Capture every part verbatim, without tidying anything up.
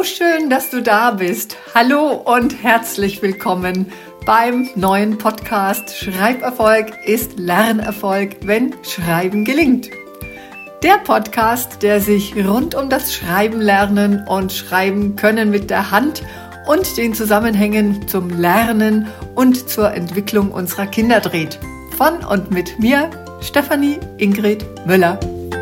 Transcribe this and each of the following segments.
schön, dass du da bist. Hallo und herzlich willkommen beim neuen Podcast Schreiberfolg ist Lernerfolg, wenn Schreiben gelingt. Der Podcast, der sich rund um das Schreiben lernen und Schreiben können mit der Hand und den Zusammenhängen zum Lernen und zur Entwicklung unserer Kinder dreht. Von und mit mir, Stefanie Ingrid Müller.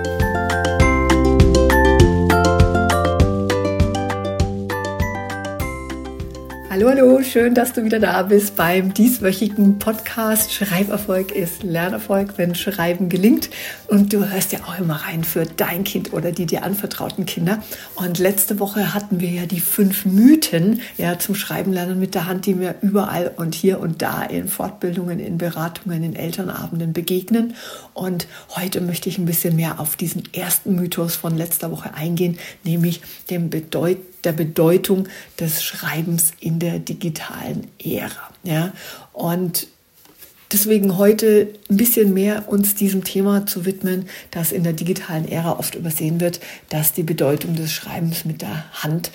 Hallo, hallo, schön, dass du wieder da bist beim dieswöchigen Podcast Schreiberfolg ist Lernerfolg, wenn Schreiben gelingt. Und du hörst ja auch immer rein für dein Kind oder die dir anvertrauten Kinder. Und letzte Woche hatten wir ja die fünf Mythen ja, zum Schreiben lernen mit der Hand, die mir überall und hier und da in Fortbildungen, in Beratungen, in Elternabenden begegnen. Und heute möchte ich ein bisschen mehr auf diesen ersten Mythos von letzter Woche eingehen, nämlich dem Bedeut der Bedeutung des Schreibens in der digitalen Ära. Ja? Und deswegen heute ein bisschen mehr uns diesem Thema zu widmen, das in der digitalen Ära oft übersehen wird, dass die Bedeutung des Schreibens mit der Hand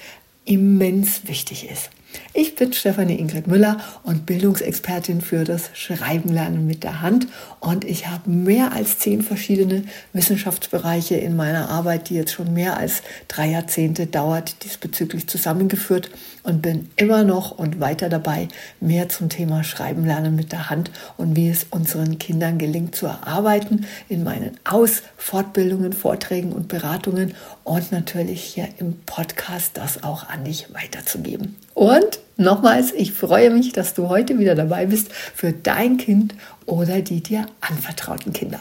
immens wichtig ist. Ich bin Stefanie Ingrid Müller und Bildungsexpertin für das Schreibenlernen mit der Hand und ich habe mehr als zehn verschiedene Wissenschaftsbereiche in meiner Arbeit, die jetzt schon mehr als drei Jahrzehnte dauert, diesbezüglich zusammengeführt und bin immer noch und weiter dabei, mehr zum Thema Schreibenlernen mit der Hand und wie es unseren Kindern gelingt zu erarbeiten in meinen Aus-, Fortbildungen, Vorträgen und Beratungen und natürlich hier im Podcast das auch an dich weiterzugeben. Und nochmals, ich freue mich, dass du heute wieder dabei bist für dein Kind oder die dir anvertrauten Kinder.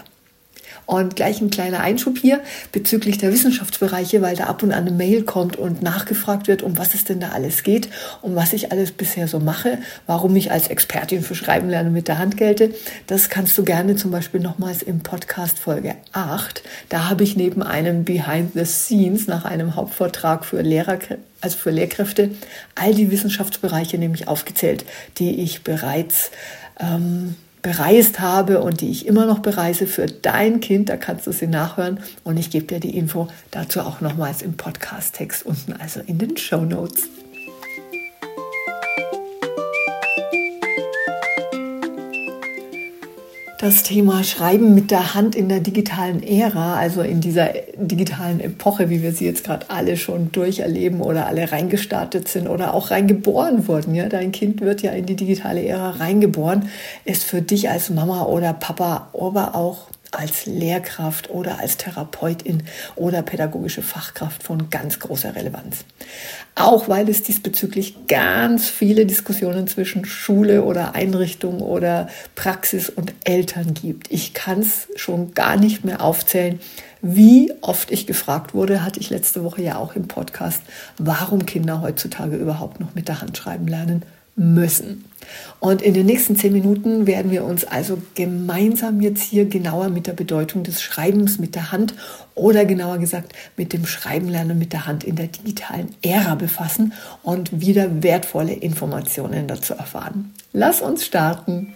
Und gleich ein kleiner Einschub hier bezüglich der Wissenschaftsbereiche, weil da ab und an eine Mail kommt und nachgefragt wird, um was es denn da alles geht, um was ich alles bisher so mache, warum ich als Expertin für Schreiben lernen mit der Hand gelte. Das kannst du gerne zum Beispiel nochmals im Podcast Folge acht. Da habe ich neben einem Behind the Scenes nach einem Hauptvortrag für Lehrer, also für Lehrkräfte, all die Wissenschaftsbereiche nämlich aufgezählt, die ich bereits ähm, bereist habe und die ich immer noch bereise für dein Kind. Da kannst du sie nachhören und ich gebe dir die Info dazu auch nochmals im Podcast-Text unten, also in den Shownotes. Das Thema Schreiben mit der Hand in der digitalen Ära, also in dieser digitalen Epoche, wie wir sie jetzt gerade alle schon durcherleben oder alle reingestartet sind oder auch reingeboren wurden. Ja? Dein Kind wird ja in die digitale Ära reingeboren, ist für dich als Mama oder Papa, aber auch als Lehrkraft oder als Therapeutin oder pädagogische Fachkraft von ganz großer Relevanz. Auch weil es diesbezüglich ganz viele Diskussionen zwischen Schule oder Einrichtung oder Praxis und Eltern gibt. Ich kann es schon gar nicht mehr aufzählen, wie oft ich gefragt wurde, hatte ich letzte Woche ja auch im Podcast, warum Kinder heutzutage überhaupt noch mit der Hand schreiben lernen müssen. Und in den nächsten zehn Minuten werden wir uns also gemeinsam jetzt hier genauer mit der Bedeutung des Schreibens mit der Hand oder genauer gesagt mit dem Schreibenlernen mit der Hand in der digitalen Ära befassen und wieder wertvolle Informationen dazu erfahren. Lass uns starten!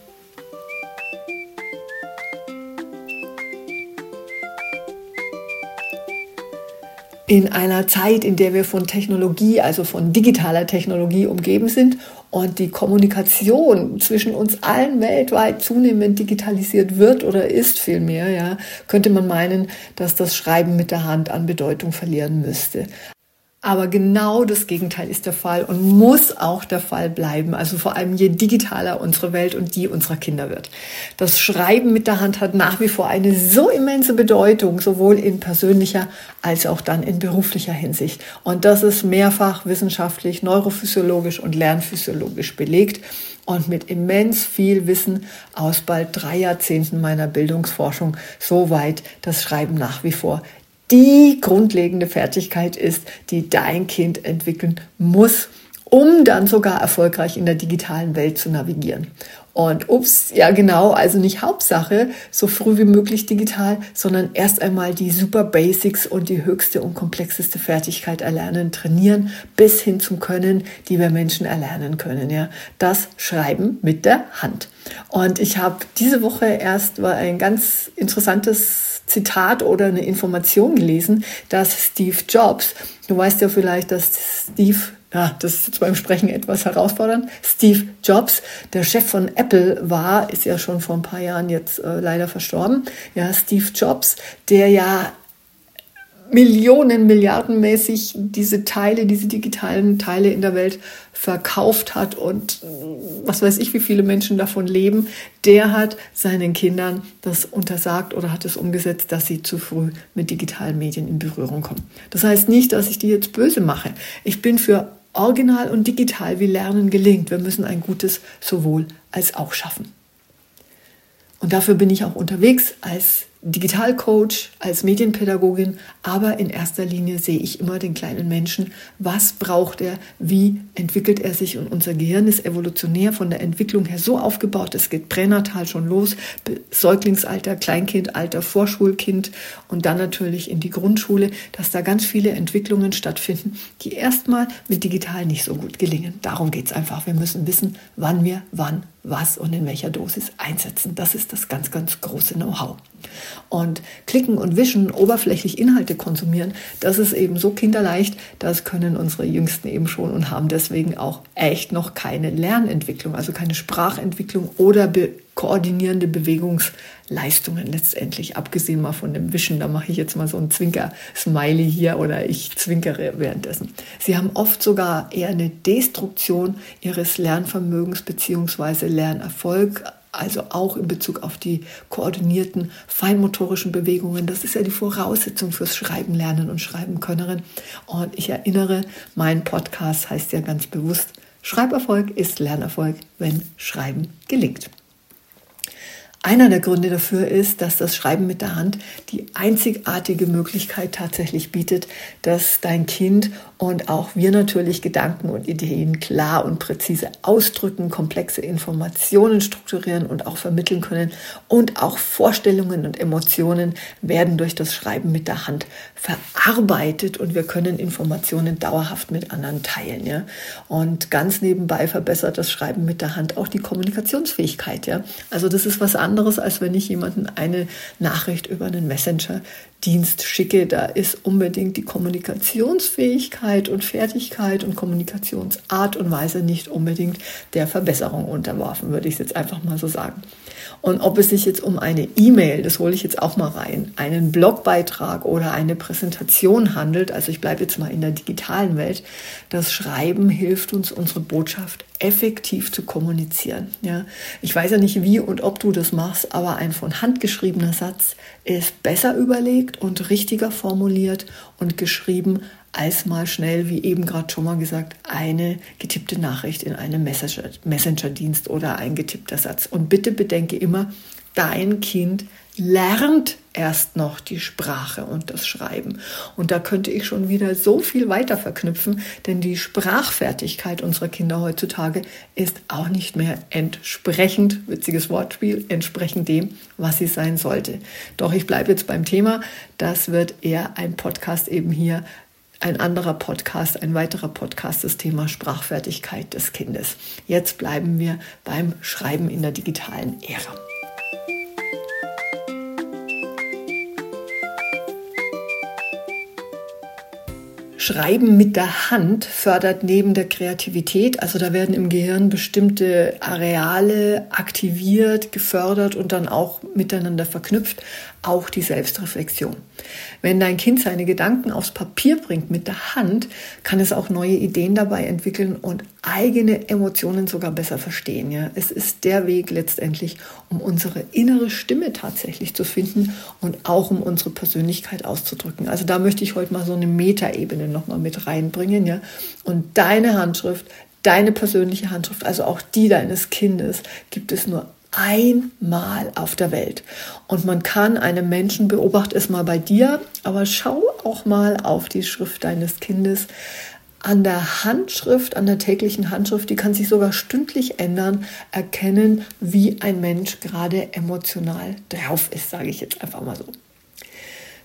In einer Zeit, in der wir von Technologie, also von digitaler Technologie umgeben sind und die Kommunikation zwischen uns allen weltweit zunehmend digitalisiert wird oder ist vielmehr, ja, könnte man meinen, dass das Schreiben mit der Hand an Bedeutung verlieren müsste. Aber genau das Gegenteil ist der Fall und muss auch der Fall bleiben. Also vor allem je digitaler unsere Welt und die unserer Kinder wird. Das Schreiben mit der Hand hat nach wie vor eine so immense Bedeutung, sowohl in persönlicher als auch dann in beruflicher Hinsicht. Und das ist mehrfach wissenschaftlich, neurophysiologisch und lernphysiologisch belegt. Und mit immens viel Wissen aus bald drei Jahrzehnten meiner Bildungsforschung so weit, dass Schreiben nach wie vor die grundlegende Fertigkeit ist, die dein Kind entwickeln muss, um dann sogar erfolgreich in der digitalen Welt zu navigieren. Und ups, ja genau, also nicht Hauptsache, so früh wie möglich digital, sondern erst einmal die Super Basics und die höchste und komplexeste Fertigkeit erlernen, trainieren, bis hin zum Können, die wir Menschen erlernen können. Ja, das Schreiben mit der Hand. Und ich habe diese Woche erst ein ganz interessantes Zitat oder eine Information gelesen, dass Steve Jobs, du weißt ja vielleicht, dass Steve, ja, das ist jetzt beim Sprechen etwas herausfordernd, Steve Jobs, der Chef von Apple war, ist ja schon vor ein paar Jahren jetzt äh, leider verstorben. Ja, Steve Jobs, der ja Millionen, milliardenmäßig diese Teile, diese digitalen Teile in der Welt verkauft hat und was weiß ich, wie viele Menschen davon leben, der hat seinen Kindern das untersagt oder hat es umgesetzt, dass sie zu früh mit digitalen Medien in Berührung kommen. Das heißt nicht, dass ich die jetzt böse mache. Ich bin für original und digital, wie Lernen gelingt. Wir müssen ein gutes sowohl als auch schaffen. Und dafür bin ich auch unterwegs als Digitalcoach, als Medienpädagogin, aber in erster Linie sehe ich immer den kleinen Menschen. Was braucht er? Wie entwickelt er sich? Und unser Gehirn ist evolutionär von der Entwicklung her so aufgebaut, es geht pränatal schon los, Säuglingsalter, Kleinkindalter, Vorschulkind und dann natürlich in die Grundschule, dass da ganz viele Entwicklungen stattfinden, die erstmal mit digital nicht so gut gelingen. Darum geht es einfach. Wir müssen wissen, wann wir, wann, was und in welcher Dosis einsetzen. Das ist das ganz, ganz große Know-how. Und klicken und wischen, oberflächlich Inhalte konsumieren, das ist eben so kinderleicht, das können unsere Jüngsten eben schon und haben deswegen auch echt noch keine Lernentwicklung, also keine Sprachentwicklung oder be- koordinierende Bewegungsleistungen letztendlich, abgesehen mal von dem Wischen. Da mache ich jetzt mal so ein Zwinker-Smiley hier oder ich zwinkere währenddessen. Sie haben oft sogar eher eine Destruktion ihres Lernvermögens bzw. Lernerfolg, also auch in Bezug auf die koordinierten feinmotorischen Bewegungen. Das ist ja die Voraussetzung fürs Schreiben lernen und Schreiben können. Und ich erinnere, mein Podcast heißt ja ganz bewusst, Schreiberfolg ist Lernerfolg, wenn Schreiben gelingt. Einer der Gründe dafür ist, dass das Schreiben mit der Hand die einzigartige Möglichkeit tatsächlich bietet, dass dein Kind und auch wir natürlich Gedanken und Ideen klar und präzise ausdrücken, komplexe Informationen strukturieren und auch vermitteln können. Und auch Vorstellungen und Emotionen werden durch das Schreiben mit der Hand verarbeitet und wir können Informationen dauerhaft mit anderen teilen. Ja? Und ganz nebenbei verbessert das Schreiben mit der Hand auch die Kommunikationsfähigkeit. Ja? Also das ist was anderes. anderes, als wenn ich jemanden eine Nachricht über einen Messenger-Dienst schicke. Da ist unbedingt die Kommunikationsfähigkeit und Fertigkeit und Kommunikationsart und Weise nicht unbedingt der Verbesserung unterworfen, würde ich jetzt einfach mal so sagen. Und ob es sich jetzt um eine E-Mail, das hole ich jetzt auch mal rein, einen Blogbeitrag oder eine Präsentation handelt, also ich bleibe jetzt mal in der digitalen Welt, das Schreiben hilft uns, unsere Botschaft effektiv zu kommunizieren. Ja, ich weiß ja nicht, wie und ob du das machst, aber ein von Hand geschriebener Satz ist besser überlegt und richtiger formuliert und geschrieben als mal schnell, wie eben gerade schon mal gesagt, eine getippte Nachricht in einem Messenger, Messenger-Dienst oder ein getippter Satz. Und bitte bedenke immer, dein Kind lernt erst noch die Sprache und das Schreiben. Und da könnte ich schon wieder so viel weiter verknüpfen, denn die Sprachfertigkeit unserer Kinder heutzutage ist auch nicht mehr entsprechend, witziges Wortspiel, entsprechend dem, was sie sein sollte. Doch ich bleibe jetzt beim Thema, das wird eher ein Podcast eben hier, ein anderer Podcast, ein weiterer Podcast, das Thema Sprachfertigkeit des Kindes. Jetzt bleiben wir beim Schreiben in der digitalen Ära. Schreiben mit der Hand fördert neben der Kreativität, also da werden im Gehirn bestimmte Areale aktiviert, gefördert und dann auch miteinander verknüpft, auch die Selbstreflexion. Wenn dein Kind seine Gedanken aufs Papier bringt mit der Hand, kann es auch neue Ideen dabei entwickeln und eigene Emotionen sogar besser verstehen. Ja? Es ist der Weg letztendlich, um unsere innere Stimme tatsächlich zu finden und auch um unsere Persönlichkeit auszudrücken. Also da möchte ich heute mal so eine Metaebene nochmal mit reinbringen. Ja? Und deine Handschrift, deine persönliche Handschrift, also auch die deines Kindes, gibt es nur einmal auf der Welt. Und man kann einem Menschen, beobachte es mal bei dir, aber schau auch mal auf die Schrift deines Kindes. An der Handschrift, an der täglichen Handschrift, die kann sich sogar stündlich ändern, erkennen, wie ein Mensch gerade emotional drauf ist, sage ich jetzt einfach mal so.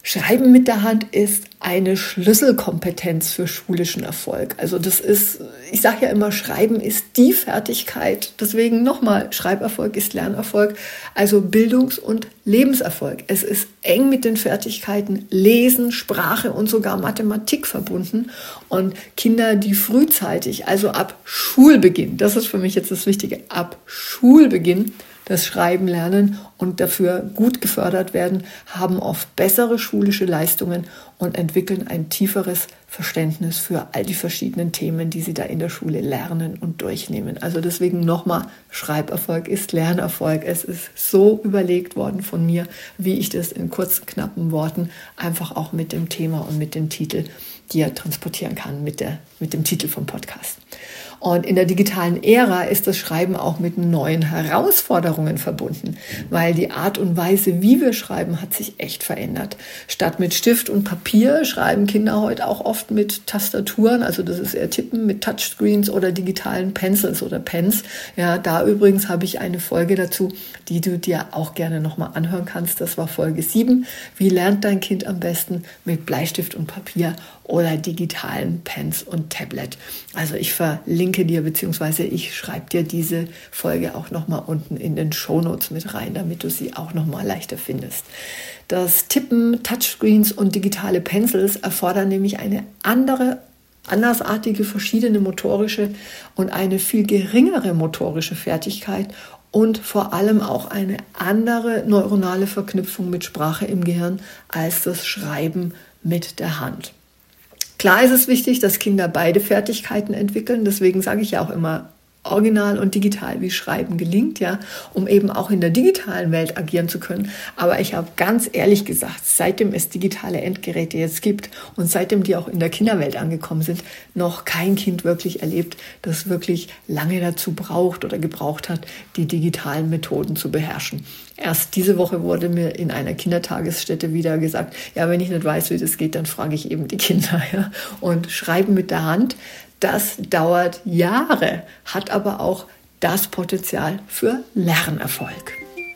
Schreiben mit der Hand ist eine Schlüsselkompetenz für schulischen Erfolg. Also das ist, ich sage ja immer, Schreiben ist die Fertigkeit. Deswegen nochmal, Schreiberfolg ist Lernerfolg, also Bildungs- und Lebenserfolg. Es ist eng mit den Fertigkeiten Lesen, Sprache und sogar Mathematik verbunden. Und Kinder, die frühzeitig, also ab Schulbeginn, das ist für mich jetzt das Wichtige, ab Schulbeginn das Schreiben lernen und dafür gut gefördert werden, haben oft bessere schulische Leistungen und entwickeln ein tieferes Verständnis für all die verschiedenen Themen, die sie da in der Schule lernen und durchnehmen. Also deswegen nochmal, Schreiberfolg ist Lernerfolg. Es ist so überlegt worden von mir, wie ich das in kurzen, knappen Worten einfach auch mit dem Thema und mit dem Titel dir transportieren kann, mit, der, mit dem Titel vom Podcast. Und in der digitalen Ära ist das Schreiben auch mit neuen Herausforderungen verbunden, weil die Art und Weise, wie wir schreiben, hat sich echt verändert. Statt mit Stift und Papier schreiben Kinder heute auch oft mit Tastaturen, also das ist eher Tippen mit Touchscreens oder digitalen Pencils oder Pens. Ja, da übrigens habe ich eine Folge dazu, die du dir auch gerne nochmal anhören kannst. Das war Folge sieben. Wie lernt dein Kind am besten mit Bleistift und Papier oder digitalen Pens und Tablet? Also ich verlinke dir, beziehungsweise ich schreibe dir diese Folge auch nochmal unten in den Shownotes mit rein, damit du sie auch nochmal leichter findest. Das Tippen, Touchscreens und digitale Pencils erfordern nämlich eine andere, andersartige, verschiedene motorische und eine viel geringere motorische Fertigkeit und vor allem auch eine andere neuronale Verknüpfung mit Sprache im Gehirn als das Schreiben mit der Hand. Klar ist es wichtig, dass Kinder beide Fertigkeiten entwickeln. Deswegen sage ich ja auch immer, original und digital, wie Schreiben gelingt, ja, um eben auch in der digitalen Welt agieren zu können. Aber ich habe ganz ehrlich gesagt, seitdem es digitale Endgeräte jetzt gibt und seitdem die auch in der Kinderwelt angekommen sind, noch kein Kind wirklich erlebt, das wirklich lange dazu braucht oder gebraucht hat, die digitalen Methoden zu beherrschen. Erst diese Woche wurde mir in einer Kindertagesstätte wieder gesagt, ja, wenn ich nicht weiß, wie das geht, dann frage ich eben die Kinder. Ja. Und Schreiben mit der Hand, das dauert Jahre, hat aber auch das Potenzial für Lernerfolg.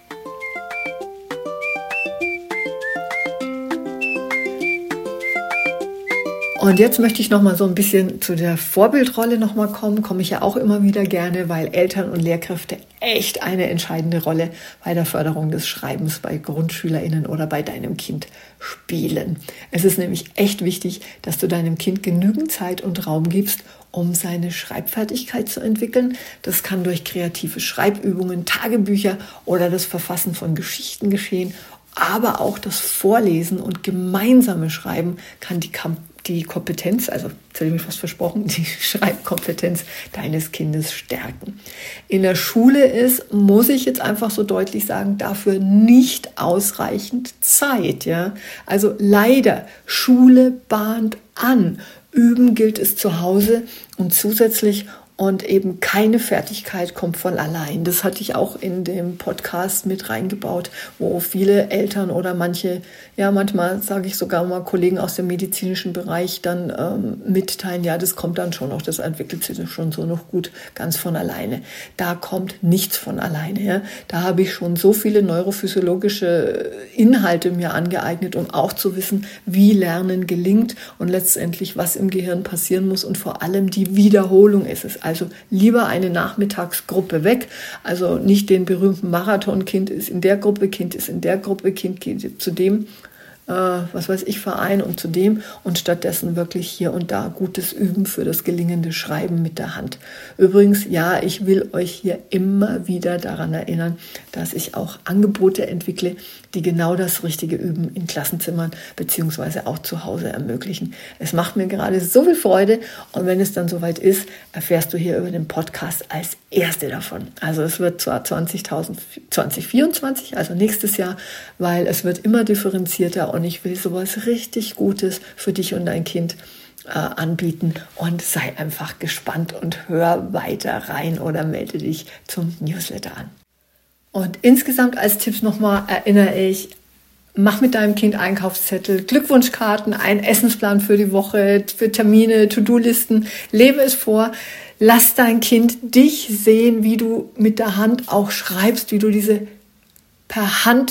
Und jetzt möchte ich noch mal so ein bisschen zu der Vorbildrolle noch mal kommen. Komme ich ja auch immer wieder gerne, weil Eltern und Lehrkräfte echt eine entscheidende Rolle bei der Förderung des Schreibens bei GrundschülerInnen oder bei deinem Kind spielen. Es ist nämlich echt wichtig, dass du deinem Kind genügend Zeit und Raum gibst, um seine Schreibfertigkeit zu entwickeln. Das kann durch kreative Schreibübungen, Tagebücher oder das Verfassen von Geschichten geschehen. Aber auch das Vorlesen und gemeinsame Schreiben kann die Kamp- die Kompetenz, also jetzt hätte ich mich fast versprochen, die Schreibkompetenz deines Kindes stärken. In der Schule ist, muss ich jetzt einfach so deutlich sagen, dafür nicht ausreichend Zeit. Ja? Also leider, Schule bahnt an. Üben gilt es zu Hause und zusätzlich und eben keine Fertigkeit kommt von allein. Das hatte ich auch in dem Podcast mit reingebaut, wo viele Eltern oder manche, ja manchmal sage ich sogar mal Kollegen aus dem medizinischen Bereich dann ähm, mitteilen, ja das kommt dann schon noch, das entwickelt sich schon so noch gut ganz von alleine. Da kommt nichts von alleine. Ja. Da habe ich schon so viele neurophysiologische Inhalte mir angeeignet, um auch zu wissen, wie Lernen gelingt und letztendlich was im Gehirn passieren muss und vor allem die Wiederholung ist es. Also lieber eine Nachmittagsgruppe weg, also nicht den berühmten Marathon, Kind ist in der Gruppe, Kind ist in der Gruppe, Kind geht zu dem, äh, was weiß ich, Verein und zu dem und stattdessen wirklich hier und da gutes Üben für das gelingende Schreiben mit der Hand. Übrigens, ja, ich will euch hier immer wieder daran erinnern, dass ich auch Angebote entwickle, die genau das richtige Üben in Klassenzimmern beziehungsweise auch zu Hause ermöglichen. Es macht mir gerade so viel Freude und wenn es dann soweit ist, erfährst du hier über den Podcast als Erste davon. Also es wird zwar zwanzig vierundzwanzig, also nächstes Jahr, weil es wird immer differenzierter und ich will sowas richtig Gutes für dich und dein Kind äh, anbieten und sei einfach gespannt und hör weiter rein oder melde dich zum Newsletter an. Und insgesamt als Tipps nochmal erinnere ich, mach mit deinem Kind Einkaufszettel, Glückwunschkarten, einen Essensplan für die Woche, für Termine, To-Do-Listen, lebe es vor. Lass dein Kind dich sehen, wie du mit der Hand auch schreibst, wie du diese per Hand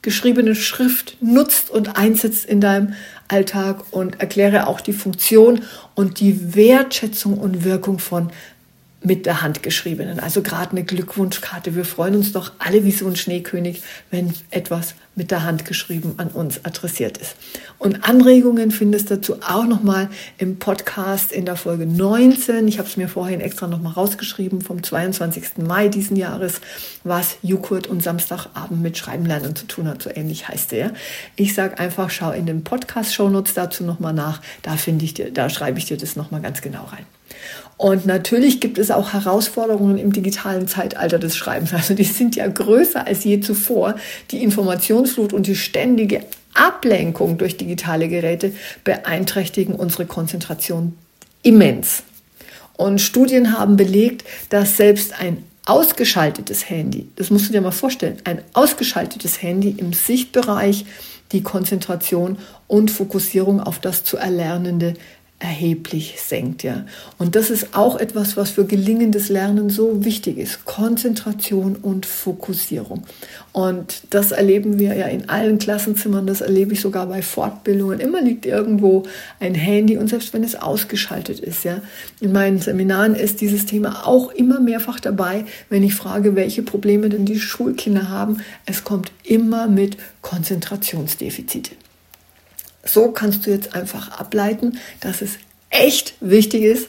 geschriebene Schrift nutzt und einsetzt in deinem Alltag und erkläre auch die Funktion und die Wertschätzung und Wirkung von mit der Hand geschriebenen. Also gerade eine Glückwunschkarte. Wir freuen uns doch alle wie so ein Schneekönig, wenn etwas mit der Hand geschrieben an uns adressiert ist. Und Anregungen findest du dazu auch nochmal im Podcast in der Folge neunzehn. Ich habe es mir vorhin extra nochmal rausgeschrieben, vom zweiundzwanzigsten Mai diesen Jahres, was Joghurt und Samstagabend mit Schreiben lernen zu tun hat. So ähnlich heißt der. Ich sage einfach, schau in den Podcast-Shownotes dazu nochmal nach. Da finde ich dir, da schreibe ich dir das nochmal ganz genau rein. Und natürlich gibt es auch Herausforderungen im digitalen Zeitalter des Schreibens. Also die sind ja größer als je zuvor. Die Informationsflut und die ständige Ablenkung durch digitale Geräte beeinträchtigen unsere Konzentration immens. Und Studien haben belegt, dass selbst ein ausgeschaltetes Handy, das musst du dir mal vorstellen, ein ausgeschaltetes Handy im Sichtbereich die Konzentration und Fokussierung auf das zu Erlernende erheblich senkt, ja. Und das ist auch etwas, was für gelingendes Lernen so wichtig ist. Konzentration und Fokussierung. Und das erleben wir ja in allen Klassenzimmern, das erlebe ich sogar bei Fortbildungen. Immer liegt irgendwo ein Handy und selbst wenn es ausgeschaltet ist, ja. In meinen Seminaren ist dieses Thema auch immer mehrfach dabei, wenn ich frage, welche Probleme denn die Schulkinder haben. Es kommt immer mit Konzentrationsdefizite. So kannst du jetzt einfach ableiten, dass es echt wichtig ist,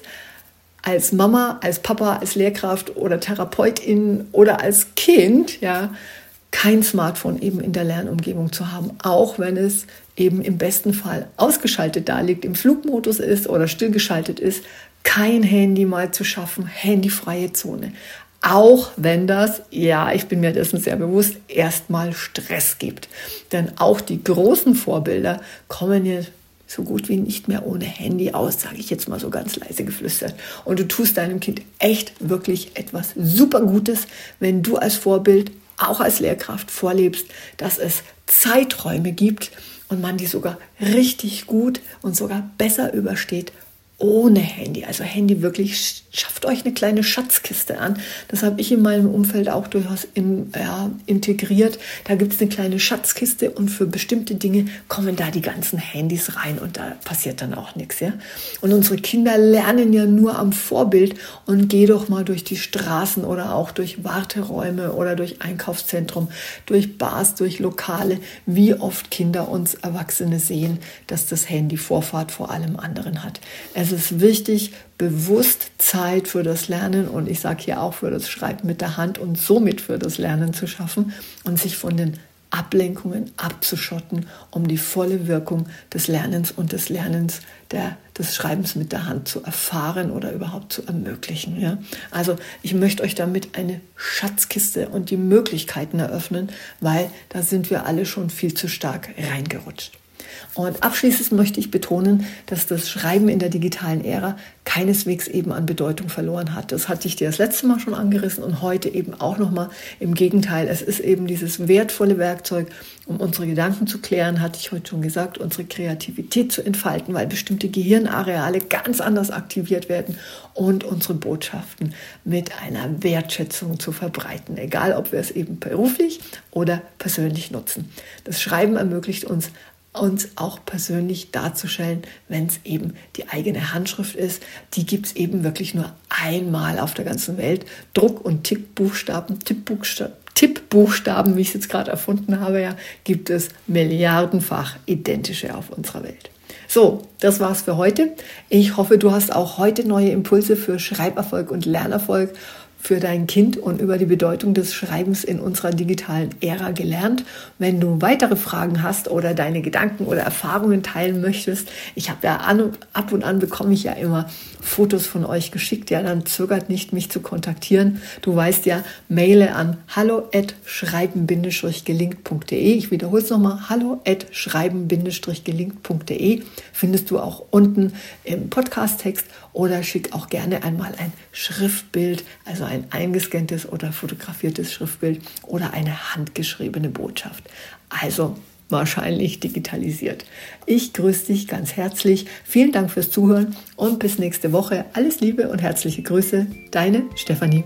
als Mama, als Papa, als Lehrkraft oder Therapeutin oder als Kind, ja, kein Smartphone eben in der Lernumgebung zu haben, auch wenn es eben im besten Fall ausgeschaltet da liegt, im Flugmodus ist oder stillgeschaltet ist, kein Handy mal zu schaffen, handyfreie Zone. Auch wenn das, ja, ich bin mir dessen sehr bewusst, erstmal Stress gibt. Denn auch die großen Vorbilder kommen ja so gut wie nicht mehr ohne Handy aus, sage ich jetzt mal so ganz leise geflüstert. Und du tust deinem Kind echt wirklich etwas super Gutes, wenn du als Vorbild, auch als Lehrkraft vorlebst, dass es Zeiträume gibt und man die sogar richtig gut und sogar besser übersteht, ohne Handy. Also Handy wirklich, schafft euch eine kleine Schatzkiste an. Das habe ich in meinem Umfeld auch durchaus in, ja, integriert. Da gibt es eine kleine Schatzkiste und für bestimmte Dinge kommen da die ganzen Handys rein und da passiert dann auch nichts. Ja? Und unsere Kinder lernen ja nur am Vorbild und geh doch mal durch die Straßen oder auch durch Warteräume oder durch Einkaufszentrum, durch Bars, durch Lokale, wie oft Kinder uns Erwachsene sehen, dass das Handy Vorfahrt vor allem anderen hat. Es ist wichtig, bewusst Zeit für das Lernen und ich sage hier auch für das Schreiben mit der Hand und somit für das Lernen zu schaffen und sich von den Ablenkungen abzuschotten, um die volle Wirkung des Lernens und des Lernens der, des Schreibens mit der Hand zu erfahren oder überhaupt zu ermöglichen. Ja? Also ich möchte euch damit eine Schatzkiste und die Möglichkeiten eröffnen, weil da sind wir alle schon viel zu stark reingerutscht. Und abschließend möchte ich betonen, dass das Schreiben in der digitalen Ära keineswegs eben an Bedeutung verloren hat. Das hatte ich dir das letzte Mal schon angerissen und heute eben auch nochmal. Im Gegenteil, es ist eben dieses wertvolle Werkzeug, um unsere Gedanken zu klären, hatte ich heute schon gesagt, unsere Kreativität zu entfalten, weil bestimmte Gehirnareale ganz anders aktiviert werden und unsere Botschaften mit einer Wertschätzung zu verbreiten, egal ob wir es eben beruflich oder persönlich nutzen. Das Schreiben ermöglicht uns, uns auch persönlich darzustellen, wenn es eben die eigene Handschrift ist. Die gibt es eben wirklich nur einmal auf der ganzen Welt. Druck- und Tippbuchstaben, Tippbuchstaben, Tippbuchstaben, wie ich es jetzt gerade erfunden habe, ja, gibt es milliardenfach identische auf unserer Welt. So, das war's für heute. Ich hoffe, du hast auch heute neue Impulse für Schreiberfolg und Lernerfolg für dein Kind und über die Bedeutung des Schreibens in unserer digitalen Ära gelernt. Wenn du weitere Fragen hast oder deine Gedanken oder Erfahrungen teilen möchtest, ich habe ja an, ab und an bekomme ich ja immer Fotos von euch geschickt, ja, dann zögert nicht, mich zu kontaktieren. Du weißt ja, maile an hallo at schreiben gelingt punkt de. Ich wiederhole es nochmal, hallo at schreiben gelingt punkt de. Findest du auch unten im Podcast-Text oder schick auch gerne einmal ein Schriftbild, also ein eingescanntes oder fotografiertes Schriftbild oder eine handgeschriebene Botschaft. Also wahrscheinlich digitalisiert. Ich grüße dich ganz herzlich. Vielen Dank fürs Zuhören und bis nächste Woche. Alles Liebe und herzliche Grüße. Deine Stefanie.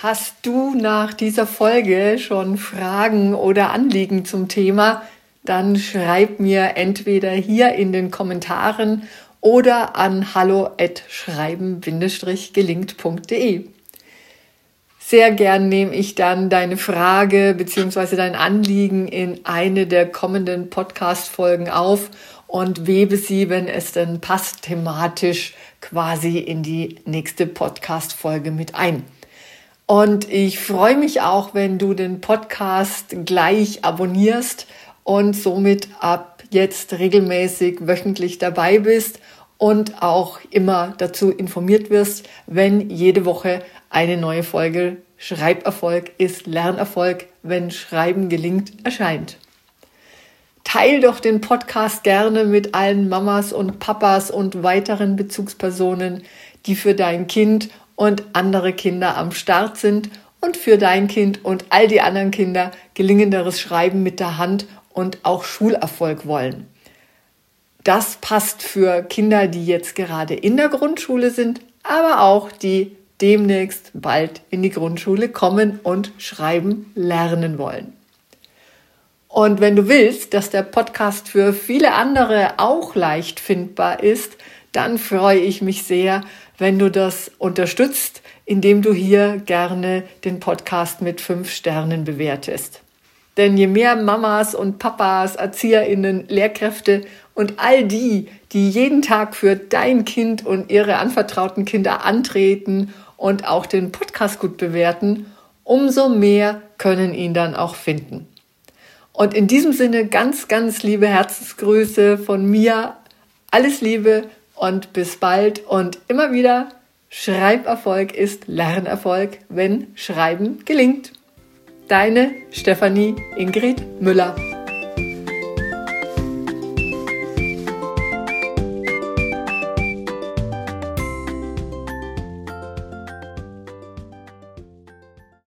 Hast du nach dieser Folge schon Fragen oder Anliegen zum Thema? Dann schreib mir entweder hier in den Kommentaren oder an hallo at schreiben gelingt punkt de. Sehr gern nehme ich dann deine Frage bzw. dein Anliegen in eine der kommenden Podcast-Folgen auf und webe sie, wenn es denn passt, thematisch quasi in die nächste Podcast-Folge mit ein. Und ich freue mich auch, wenn du den Podcast gleich abonnierst und somit ab jetzt regelmäßig wöchentlich dabei bist und auch immer dazu informiert wirst, wenn jede Woche eine neue Folge Schreiberfolg ist Lernerfolg, wenn Schreiben gelingt, erscheint. Teil doch den Podcast gerne mit allen Mamas und Papas und weiteren Bezugspersonen, die für dein Kind und andere Kinder am Start sind und für dein Kind und all die anderen Kinder gelingenderes Schreiben mit der Hand und auch Schulerfolg wollen. Das passt für Kinder, die jetzt gerade in der Grundschule sind, aber auch die demnächst bald in die Grundschule kommen und schreiben lernen wollen. Und wenn du willst, dass der Podcast für viele andere auch leicht findbar ist, dann freue ich mich sehr, wenn du das unterstützt, indem du hier gerne den Podcast mit fünf Sternen bewertest. Denn je mehr Mamas und Papas, ErzieherInnen, Lehrkräfte und all die, die jeden Tag für dein Kind und ihre anvertrauten Kinder antreten und auch den Podcast gut bewerten, umso mehr können ihn dann auch finden. Und in diesem Sinne ganz, ganz liebe Herzensgrüße von mir. Alles Liebe und bis bald und immer wieder, Schreiberfolg ist Lernerfolg, wenn Schreiben gelingt. Deine Stefanie Ingrid Müller.